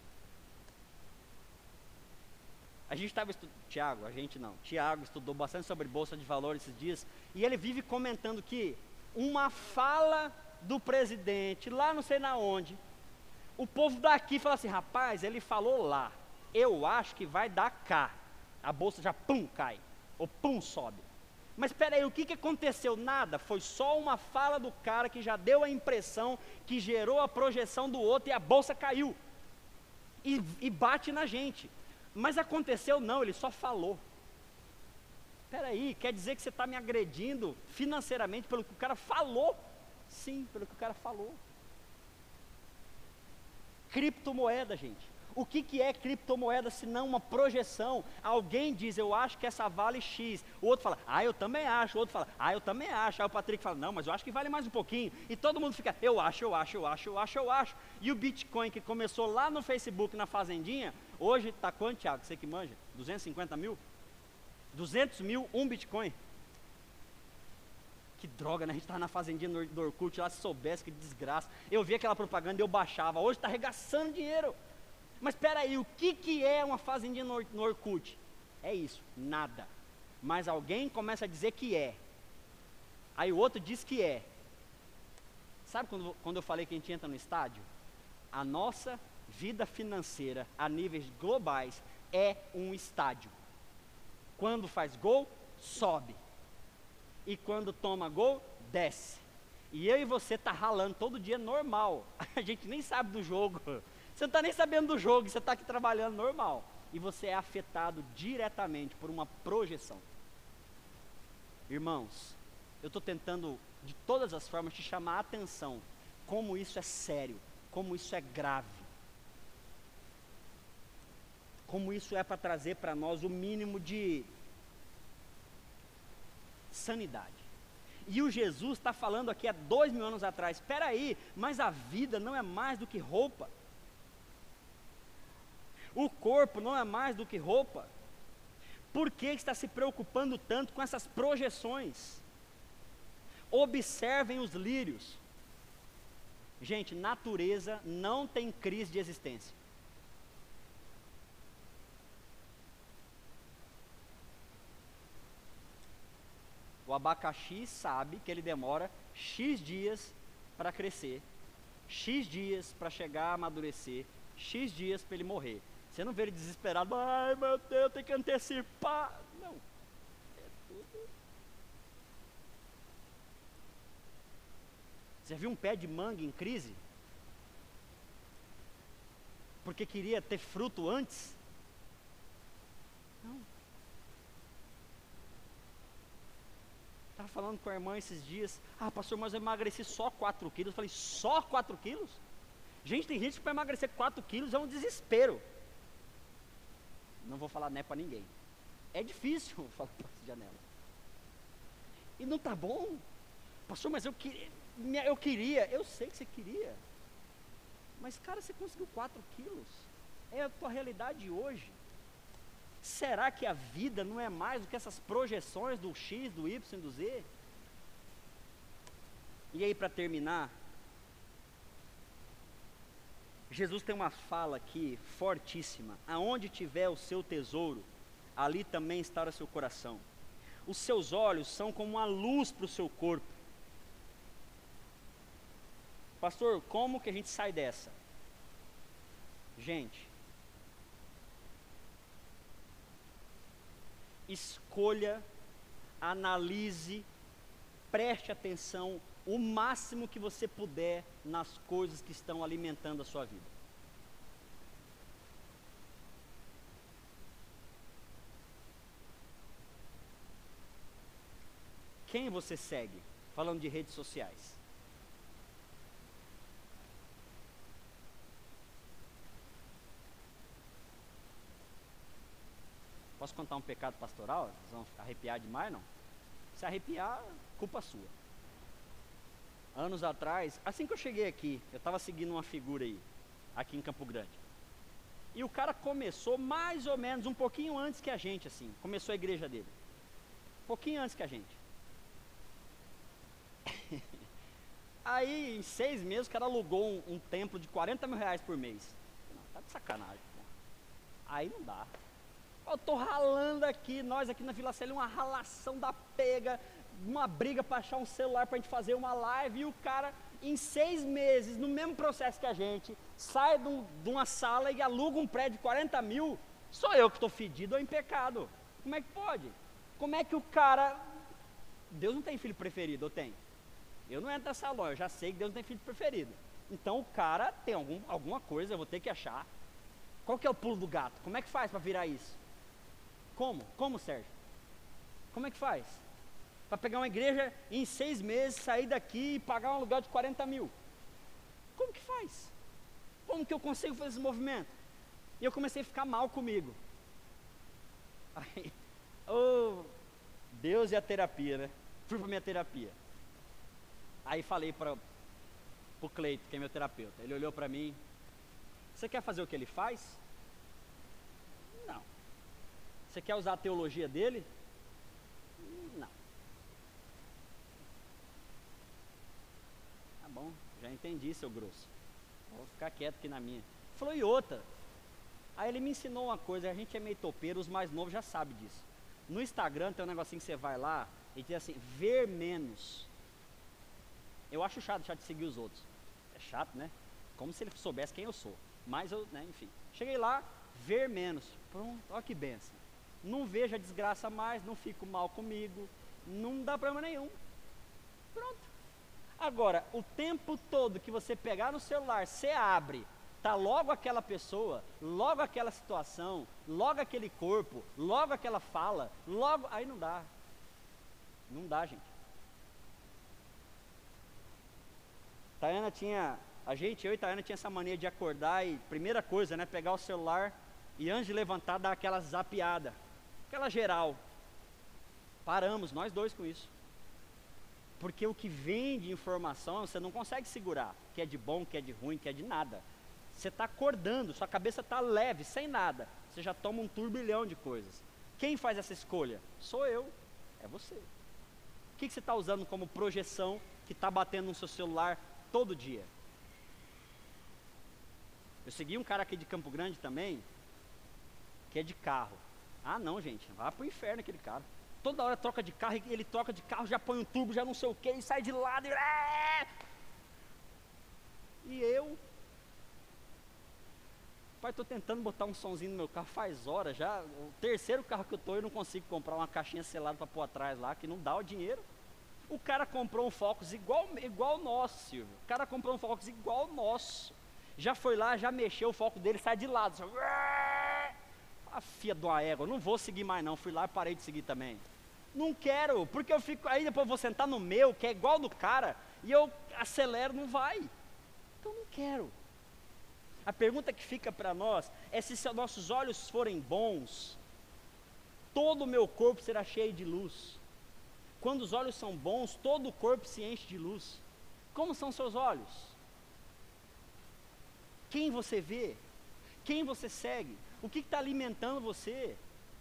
A gente estava estudando, Tiago, a gente não, Tiago estudou bastante sobre Bolsa de Valores esses dias, e ele vive comentando que uma fala do presidente, lá não sei na onde, o povo daqui fala assim, rapaz, ele falou lá, eu acho que vai dar cá, a bolsa já pum, cai, ou pum, sobe. Mas espera aí, o que, que aconteceu? Nada, foi só uma fala do cara que já deu a impressão, que gerou a projeção do outro e a bolsa caiu, e, e bate na gente. Mas aconteceu não, ele só falou. Peraí, quer dizer que você está me agredindo financeiramente pelo que o cara falou? Sim, pelo que o cara falou. Criptomoeda, gente. O que, que é criptomoeda se não uma projeção? Alguém diz, eu acho que essa vale X. O outro fala, ah, eu também acho. O outro fala, ah, eu também acho. Aí o Patrick fala, não, mas eu acho que vale mais um pouquinho. E todo mundo fica, eu acho, eu acho, eu acho, eu acho, eu acho. E o Bitcoin que começou lá no Facebook, na Fazendinha, hoje está quanto, Thiago? Você que manja? duzentos e cinquenta mil? duzentos mil, um Bitcoin. Que droga, né? A gente estava na Fazendinha do Orkut, lá se soubesse, que desgraça. Eu vi aquela propaganda e eu baixava. Hoje está arregaçando dinheiro. Mas espera aí, o que, que é uma fazendinha no, no Orkut? É isso, nada. Mas alguém começa a dizer que é. Aí o outro diz que é. Sabe quando, quando eu falei que a gente entra no estádio? A nossa vida financeira, a níveis globais, é um estádio. Quando faz gol, sobe. E quando toma gol, desce. E eu e você tá ralando todo dia normal. A gente nem sabe do jogo. Você não está nem sabendo do jogo, você está aqui trabalhando normal. E você é afetado diretamente por uma projeção. Irmãos, eu estou tentando de todas as formas te chamar a atenção. Como isso é sério, como isso é grave. Como isso é para trazer para nós o mínimo de sanidade. E o Jesus está falando aqui há dois mil anos atrás, espera aí, mas a vida não é mais do que roupa. O corpo não é mais do que roupa. Por que está se preocupando tanto com essas projeções? Observem os lírios. Gente, natureza não tem crise de existência. O abacaxi sabe que ele demora X dias para crescer, X dias para chegar a amadurecer, X dias para ele morrer. Você não vê ele desesperado, ai meu Deus, tem que antecipar. Não, é tudo. Você viu um pé de manga em crise? Porque queria ter fruto antes? Não. Estava falando com a irmã esses dias, ah pastor, mas eu emagreci só quatro quilos. Eu falei, só quatro quilos? Gente, tem gente que para emagrecer quatro quilos é um desespero. Não vou falar né para ninguém. É difícil falar para essa janela. E não tá bom. Pastor, mas eu queria, eu queria, eu sei que você queria. Mas cara, você conseguiu quatro quilos. É a tua realidade hoje. Será que a vida não é mais do que essas projeções do X, do Y, do Z? E aí, para terminar, Jesus tem uma fala aqui fortíssima. Aonde tiver o seu tesouro, ali também estará o seu coração. Os seus olhos são como uma luz para o seu corpo. Pastor, como que a gente sai dessa? Gente, escolha, analise, preste atenção o máximo que você puder nas coisas que estão alimentando a sua vida. Quem você segue? Falando de redes sociais. Posso contar um pecado pastoral? Vocês vão arrepiar demais, não? Se arrepiar, culpa sua. Anos atrás, assim que eu cheguei aqui, eu estava seguindo uma figura aí, aqui em Campo Grande. E o cara começou mais ou menos um pouquinho antes que a gente, assim. Começou a igreja dele. Um pouquinho antes que a gente. Aí, em seis meses, o cara alugou um, um templo de quarenta mil reais por mês. Não, tá de sacanagem, pô. Aí não dá. Eu tô ralando aqui, nós aqui na Vila Célia, uma ralação da pega, uma briga para achar um celular para a gente fazer uma live, e o cara, em seis meses, no mesmo processo que a gente, sai de, um, de uma sala e aluga um prédio de quarenta mil, sou eu que estou fedido ou em pecado. Como é que pode? Como é que o cara... Deus não tem filho preferido, ou tem? Eu não entro nessa loja, eu já sei que Deus não tem filho preferido. Então o cara tem algum, alguma coisa, eu vou ter que achar. Qual que é o pulo do gato? Como é que faz para virar isso? Como? Como, Sérgio? Como é que faz? Para pegar uma igreja em seis meses, sair daqui e pagar um aluguel de quarenta mil. Como que faz? Como que eu consigo fazer esse movimento? E eu comecei a ficar mal comigo. Aí, oh, Deus e a terapia, né? Fui para minha terapia. Aí falei para o Cleito, que é meu terapeuta. Ele olhou para mim. Você quer fazer o que ele faz? Não. Você quer usar a teologia dele? Não. Tá bom, já entendi, seu grosso. Vou ficar quieto aqui na minha. Falou, e outra? Aí ele me ensinou uma coisa, a gente é meio topeiro, os mais novos já sabem disso. No Instagram tem um negocinho que você vai lá e diz assim, ver menos. Eu acho chato deixar de seguir os outros. É chato, né? Como se ele soubesse quem eu sou. Mas eu, né, enfim. Cheguei lá, ver menos. Pronto, olha que benção. Não vejo a desgraça mais, não fico mal comigo, não dá problema nenhum. Pronto. Agora, o tempo todo que você pegar no celular, você abre, tá logo aquela pessoa, logo aquela situação, logo aquele corpo, logo aquela fala, logo, aí não dá. Não dá, gente. Tayana tinha, a gente, eu e Tayana tinha essa mania de acordar e, primeira coisa, né, pegar o celular e antes de levantar, dar aquela zapeada, aquela geral. Paramos, nós dois com isso. Porque o que vem de informação, você não consegue segurar, que é de bom, que é de ruim, que é de nada. Você está acordando, sua cabeça está leve, sem nada. Você já toma um turbilhão de coisas. Quem faz essa escolha? Sou eu, é você. O que, que você está usando como projeção que está batendo no seu celular todo dia? Eu segui um cara aqui de Campo Grande também, que é de carro. Ah não, gente, vai pro inferno aquele cara. Toda hora troca de carro, ele troca de carro, já põe um turbo, já não sei o que, e sai de lado e... E eu... Pai, estou tentando botar um sonzinho no meu carro faz horas já. O terceiro carro que eu estou, eu não consigo comprar uma caixinha selada para pôr atrás lá, que não dá o dinheiro. O cara comprou um Focus igual igual o nosso, Silvio. O cara comprou um Focus igual o nosso. Já foi lá, já mexeu, o foco dele sai de lado. Só... A filha de uma égua, não vou seguir mais não. Fui lá e parei de seguir também. Não quero, porque eu fico... Aí depois eu vou sentar no meu, que é igual do cara, e eu acelero, não vai. Então não quero. A pergunta que fica para nós é se, se nossos olhos forem bons, todo o meu corpo será cheio de luz. Quando os olhos são bons, todo o corpo se enche de luz. Como são seus olhos? Quem você vê? Quem você segue? O que está alimentando você?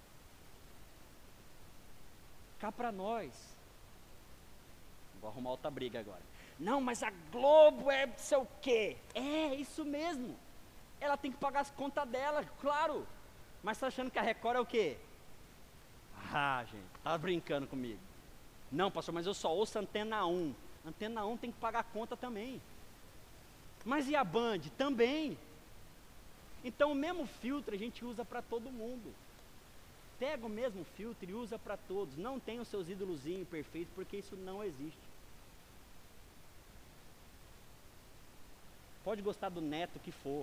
Cá para nós. Vou arrumar outra briga agora. Não, mas a Globo é não sei o quê. É, isso mesmo. Ela tem que pagar as contas dela, claro. Mas está achando que a Record é o quê? Ah, gente, tá brincando comigo. Não, pastor, mas eu só ouço Antena um. Antena um tem que pagar a conta também. Mas e a Band? Também. Então o mesmo filtro a gente usa para todo mundo. Pega o mesmo filtro e usa para todos. Não tem os seus ídolozinhos perfeitos, porque isso não existe. Pode gostar do neto que for.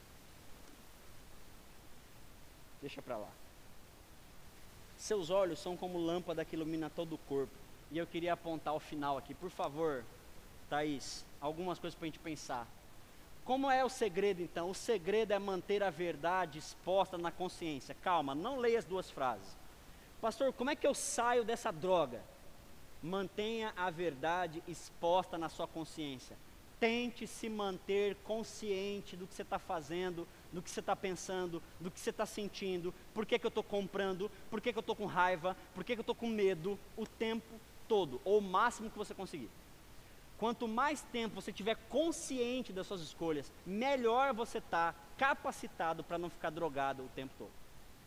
Deixa para lá. Seus olhos são como lâmpada que ilumina todo o corpo. E eu queria apontar o final aqui. Por favor, Thaís, algumas coisas para a gente pensar. Como é o segredo então? O segredo é manter a verdade exposta na consciência. Calma, não leia as duas frases. Pastor, como é que eu saio dessa droga? Mantenha a verdade exposta na sua consciência. Tente se manter consciente do que você está fazendo, do que você está pensando, do que você está sentindo, por que, que eu estou comprando, por que, que eu estou com raiva, por que, que eu estou com medo, o tempo todo, ou o máximo que você conseguir. Quanto mais tempo você estiver consciente das suas escolhas, melhor você está capacitado para não ficar drogado o tempo todo.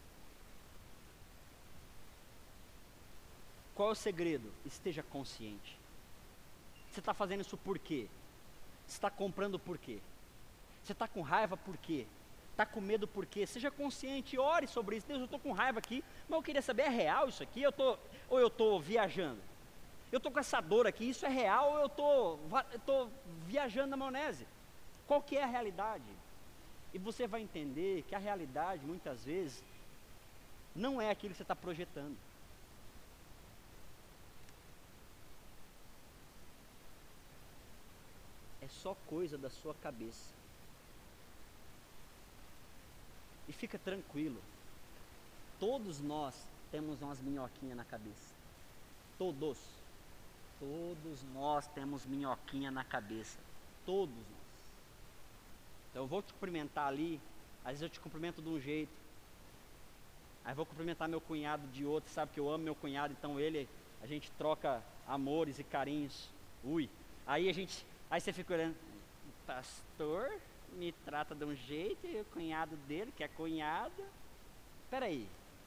Qual é o segredo? Esteja consciente. Você está fazendo isso por quê? Você está comprando por quê? Você está com raiva por quê? Está com medo por quê? Seja consciente, ore sobre isso. Deus, eu estou com raiva aqui, mas eu queria saber, é real isso aqui? Eu tô, ou eu estou viajando? Eu estou com essa dor aqui, isso é real ou eu estou viajando na maionese? Qual que é a realidade? E você vai entender que a realidade, muitas vezes, não é aquilo que você está projetando. só coisa da sua cabeça. E fica tranquilo, todos nós temos umas minhoquinhas na cabeça. Todos. Todos nós temos minhoquinha na cabeça. Todos nós. Então eu vou te cumprimentar ali, às vezes eu te cumprimento de um jeito, aí vou cumprimentar meu cunhado de outro, sabe que eu amo meu cunhado, então ele, a gente troca amores e carinhos. Ui. Aí a gente, aí você fica olhando, pastor me trata de um jeito e o cunhado dele, que é cunhada. Peraí.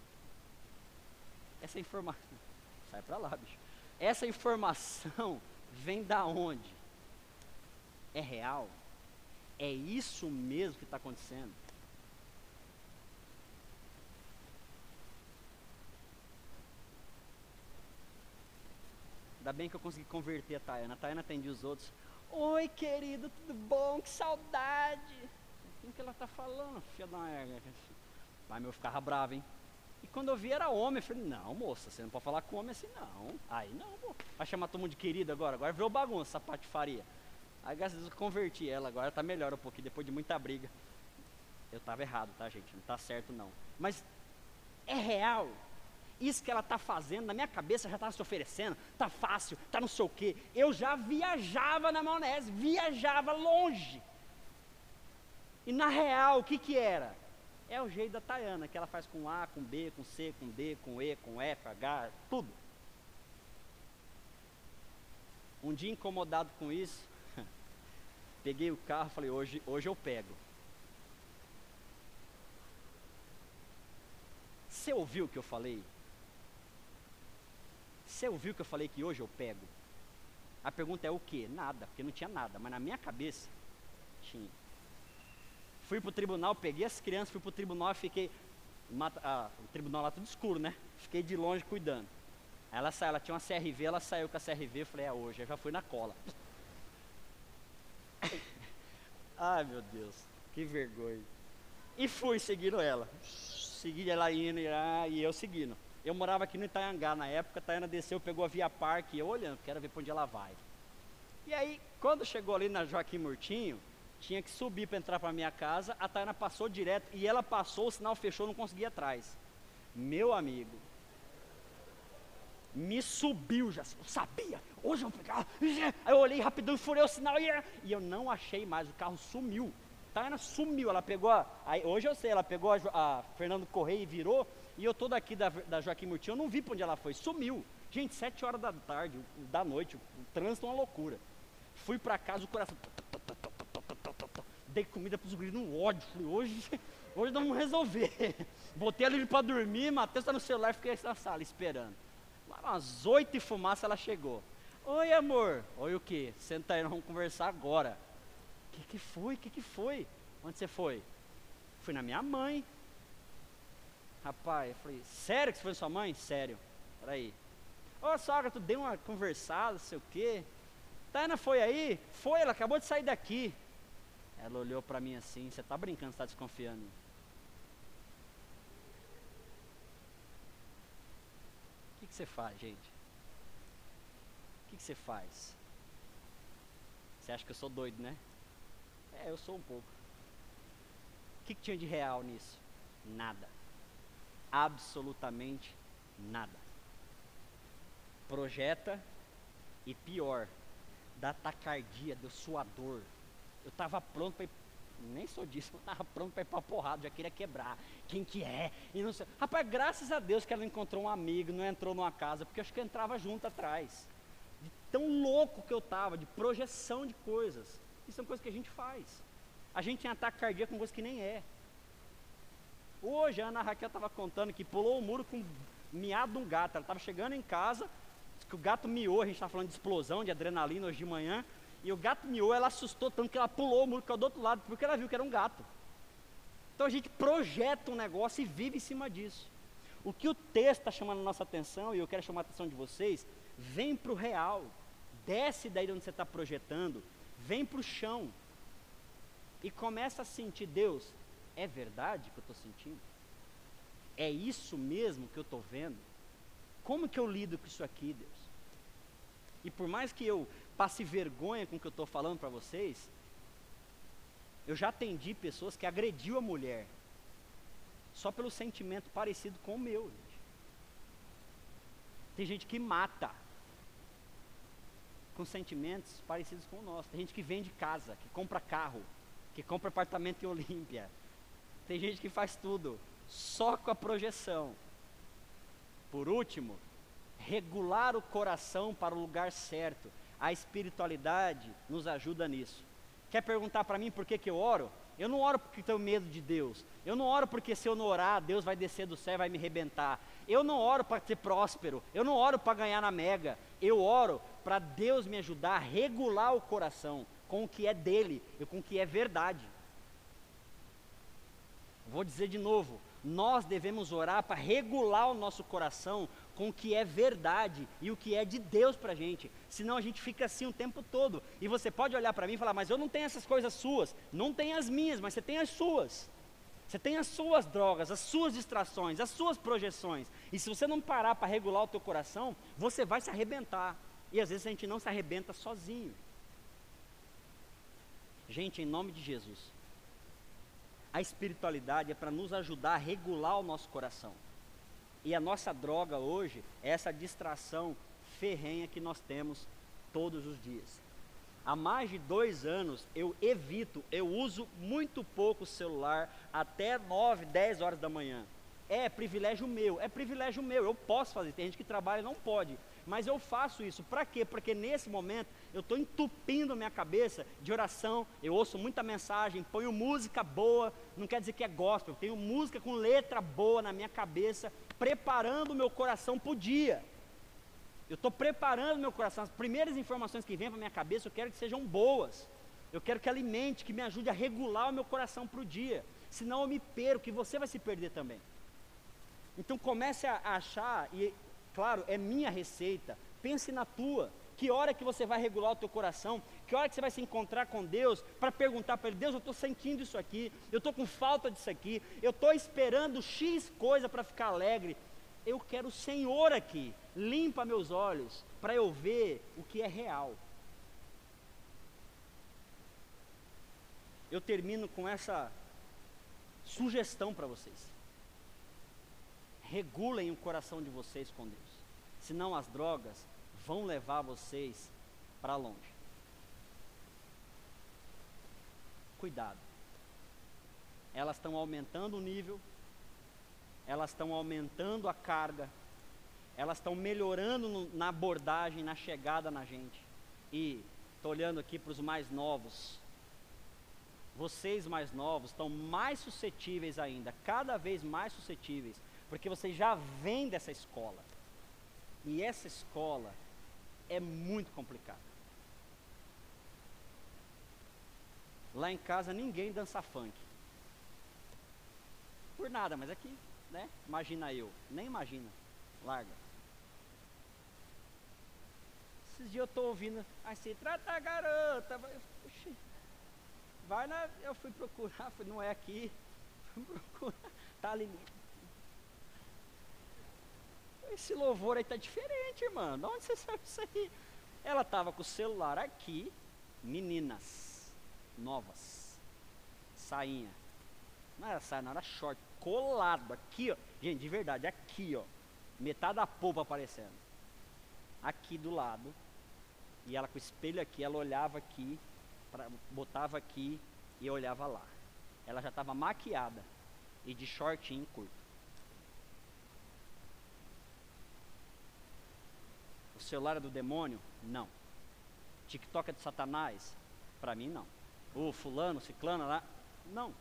Essa informação, sai pra lá, bicho. Essa informação vem da onde? É real? É isso mesmo que está acontecendo? Ainda bem que eu consegui converter a Tayana. A Tayana atendia os outros. Oi, querido, tudo bom? Que saudade. O que ela está falando, filha da égua? Pai meu ficava bravo, hein? E quando eu vi era homem, eu falei, não, moça, você não pode falar com homem assim, não. Aí não, pô. Vai chamar todo mundo de querido agora? Agora virou bagunça, essa patifaria. Aí, graças a Deus, eu converti ela, agora tá melhor um pouquinho, depois de muita briga. Eu tava errado, tá, gente? Não tá certo, não. Mas é real. Isso que ela tá fazendo, na minha cabeça já tava se oferecendo, tá fácil, tá não sei o quê. Eu já viajava na maionese, viajava longe. E na real, o que que era? É o jeito da Tayana, que ela faz com A, com B, com C, com D, com E, com F, H, tudo. Um dia incomodado com isso, peguei o carro e falei, hoje, hoje eu pego. Você ouviu o que eu falei? Você ouviu que eu falei que hoje eu pego? A pergunta é o quê? Nada, porque não tinha nada, mas na minha cabeça tinha. Fui pro tribunal, peguei as crianças, fui pro tribunal e fiquei, mata, ah, o tribunal lá tudo escuro, né? Fiquei de longe cuidando. Aí ela saiu, ela tinha uma C R V, ela saiu com a C R V, eu falei, é hoje, eu já fui na cola. Ai meu Deus, que vergonha. E fui seguindo ela, segui ela indo e eu seguindo. Eu morava aqui no Itaiangá na época, a Tayana desceu, pegou a Via Parque, eu olhando, quero ver pra onde ela vai. E aí, quando chegou ali na Joaquim Murtinho, tinha que subir para entrar para minha casa, a Tayana passou direto, e ela passou, o sinal fechou, não conseguia ir atrás. Meu amigo, me subiu já, eu sabia, hoje eu vou pegar, aí eu olhei rapidão, furei o sinal, e eu não achei mais, o carro sumiu. Tayana sumiu, ela pegou, a, aí, hoje eu sei, ela pegou a, a Fernando Correia e virou, e eu tô daqui da, da Joaquim Murtinho, eu não vi para onde ela foi, sumiu. Gente, sete horas da tarde, da noite, o, o trânsito é uma loucura. Fui para casa, o coração... Dei comida para os guris no ódio, falei, hoje, hoje nós vamos resolver. Botei ela para dormir, Matheus tá no celular e fiquei na sala esperando. Lá umas oito e fumaça ela chegou. Oi amor, oi o quê? Senta aí, nós vamos conversar agora. O que que foi? O que que foi? Onde você foi? Fui na minha mãe. Rapaz, eu falei, sério que você foi na sua mãe? Sério, peraí. Ô sogra, tu deu uma conversada, não sei o quê. Tayana foi aí? Foi, ela acabou de sair daqui. Ela olhou pra mim assim, você tá brincando, você tá desconfiando. O que que você faz, gente? O que que você faz? Você acha que eu sou doido, né? É, eu sou um pouco. O que que tinha de real nisso? Nada. Absolutamente nada. Projeta e pior, dá taquicardia, deu suador. Eu tava pronto para ir, nem sou disso, eu tava pronto para ir pra porrada, já queria quebrar. Quem que é? E não sei. Rapaz, graças a Deus que ela encontrou um amigo, não entrou numa casa, porque eu acho que eu entrava junto atrás. De tão louco que eu tava, de projeção de coisas. Isso são coisas que a gente faz. A gente tem ataque cardíaco com coisa que nem é. Hoje a Ana Raquel estava contando que pulou o muro com miado de um gato. Ela estava chegando em casa, que o gato miou, a gente estava falando de explosão, de adrenalina hoje de manhã. E o gato miou, ela assustou tanto que ela pulou o muro, caiu do outro lado, porque ela viu que era um gato. Então a gente projeta um negócio e vive em cima disso. O que o texto está chamando a nossa atenção, e eu quero chamar a atenção de vocês, vem para o real. Desce daí de onde você está projetando, vem para o chão. E começa a sentir, Deus, é verdade que eu estou sentindo? É isso mesmo que eu estou vendo? Como que eu lido com isso aqui, Deus? E por mais que eu passe vergonha com o que eu estou falando para vocês, eu já atendi pessoas que agrediu a mulher, só pelo sentimento parecido com o meu, gente. Tem gente que mata, com sentimentos parecidos com o nosso. Tem gente que vende casa, que compra carro, que compra apartamento em Olímpia. Tem gente que faz tudo, só com a projeção. Por último, regular o coração para o lugar certo. A espiritualidade nos ajuda nisso. Quer perguntar para mim por que que eu oro? Eu não oro porque tenho medo de Deus. Eu não oro porque se eu não orar, Deus vai descer do céu e vai me arrebentar. Eu não oro para ser próspero. Eu não oro para ganhar na mega. Eu oro para Deus me ajudar a regular o coração com o que é dele e com o que é verdade. Vou dizer de novo, nós devemos orar para regular o nosso coração com o que é verdade e o que é de Deus para a gente, senão a gente fica assim o tempo todo, e você pode olhar para mim e falar, mas eu não tenho essas coisas suas, não tem as minhas, mas você tem as suas, você tem as suas drogas, as suas distrações, as suas projeções, e se você não parar para regular o teu coração, você vai se arrebentar, e às vezes a gente não se arrebenta sozinho. Gente, em nome de Jesus, a espiritualidade é para nos ajudar a regular o nosso coração. E a nossa droga hoje é essa distração ferrenha que nós temos todos os dias. Há mais de dois anos eu evito, eu uso muito pouco o celular até nove, dez horas da manhã. É privilégio meu, é privilégio meu, eu posso fazer, tem gente que trabalha e não pode. Mas eu faço isso, para quê? Porque nesse momento eu estou entupindo minha cabeça de oração, eu ouço muita mensagem, ponho música boa, não quer dizer que é gospel, eu tenho música com letra boa na minha cabeça, preparando o meu coração para o dia. Eu estou preparando o meu coração, as primeiras informações que vêm para a minha cabeça eu quero que sejam boas, eu quero que alimente, que me ajude a regular o meu coração para o dia, senão eu me perco, e você vai se perder também. Então comece a achar, e claro, é minha receita, pense na tua, que hora que você vai regular o teu coração, que hora que você vai se encontrar com Deus, para perguntar para Ele, Deus, eu estou sentindo isso aqui, eu estou com falta disso aqui, eu estou esperando X coisa para ficar alegre, eu quero o Senhor aqui, limpa meus olhos, para eu ver o que é real. Eu termino com essa sugestão para vocês. Regulem o coração de vocês com Deus, senão as drogas vão levar vocês para longe. Cuidado, elas estão aumentando o nível, elas estão aumentando a carga, elas estão melhorando no, na abordagem, na chegada na gente. E estou olhando aqui para os mais novos, vocês mais novos estão mais suscetíveis ainda, cada vez mais suscetíveis, porque vocês já vêm dessa escola, e essa escola é muito complicada. Lá em casa ninguém dança funk, por nada, mas aqui, né, imagina eu, nem imagina, larga. Esses dias eu estou ouvindo, aí se trata a garota, Oxi, vai na, eu fui procurar, fui, não é aqui, fui procurar, tá ali. Esse louvor aí tá diferente, irmã. De onde você sabe isso aí? Ela estava com o celular aqui, meninas novas, sainha, não era saia, não era short, colado aqui, ó, gente, de verdade, aqui, ó, metade da polpa aparecendo, aqui do lado, e ela com o espelho aqui, ela olhava aqui, pra, botava aqui e olhava lá. Ela já estava maquiada e de shortinho curto. O celular é do demônio? Não. TikTok é de Satanás? Para mim não. O fulano, ciclano lá? Não.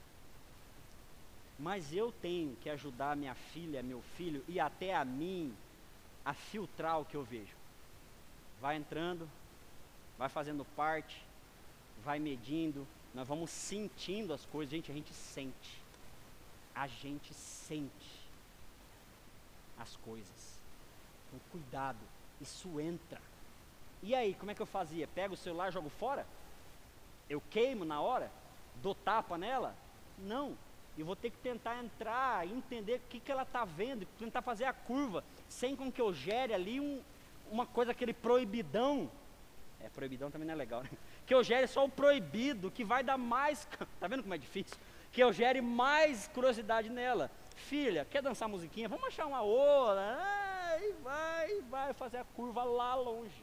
Mas eu tenho que ajudar minha filha, meu filho e até a mim a filtrar o que eu vejo. Vai entrando, vai fazendo parte, vai medindo, nós vamos sentindo as coisas, gente, a gente sente. A gente sente as coisas. Com cuidado. Isso entra. E aí, como é que eu fazia? Pego o celular e jogo fora? Eu queimo na hora? Dou tapa nela? Não. Eu vou ter que tentar entrar, entender o que, que ela está vendo, tentar fazer a curva, sem com que eu gere ali um, uma coisa, aquele proibidão. É, proibidão também não é legal, né? Que eu gere só o proibido, que vai dar mais, tá vendo como é difícil? Que eu gere mais curiosidade nela. Filha, quer dançar musiquinha? Vamos achar uma outra. Ah, e vai, vai fazer a curva lá longe.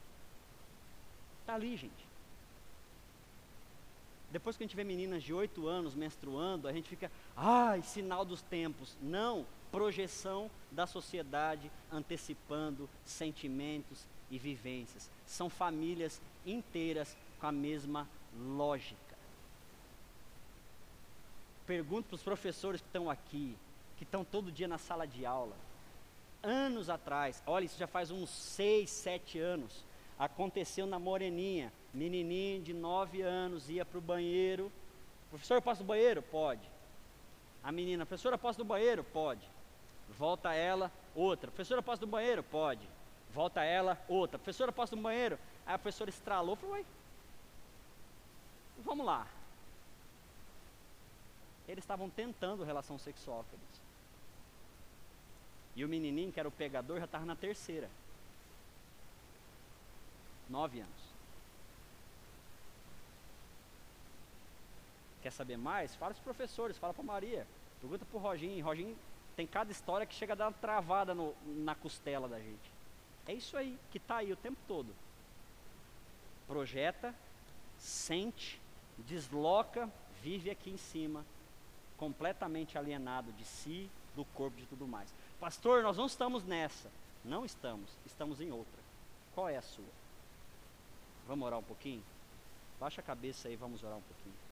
Tá ali, gente. Depois que a gente vê meninas de oito anos menstruando, a gente fica, ai, sinal dos tempos. Não, projeção da sociedade antecipando sentimentos e vivências. São famílias inteiras com a mesma lógica. Pergunto para os professores que estão aqui, que estão todo dia na sala de aula. Anos atrás, olha, isso já faz uns seis, sete anos, aconteceu na Moreninha. Menininho de nove anos ia para o banheiro. Professor, eu posso do banheiro? Pode. A menina, professora, eu posso do banheiro? Pode. Volta ela, outra. Professora, eu posso do banheiro? Pode. Volta ela, outra. Professora, eu posso do banheiro? Aí a professora estralou, falou, uai, vamos lá. Eles estavam tentando relação sexual, queridos. E o menininho, que era o pegador, já estava na terceira. Nove anos. Quer saber mais? Fala para os professores, fala para Maria. Pergunta para o Roginho. Roginho tem cada história que chega a dar uma travada no, na costela da gente. É isso aí, que está aí o tempo todo. Projeta, sente, desloca, vive aqui em cima, completamente alienado de si, do corpo, de tudo mais. Pastor, nós não estamos nessa. Não estamos, estamos em outra. Qual é a sua? Vamos orar um pouquinho? Baixa a cabeça aí, vamos orar um pouquinho.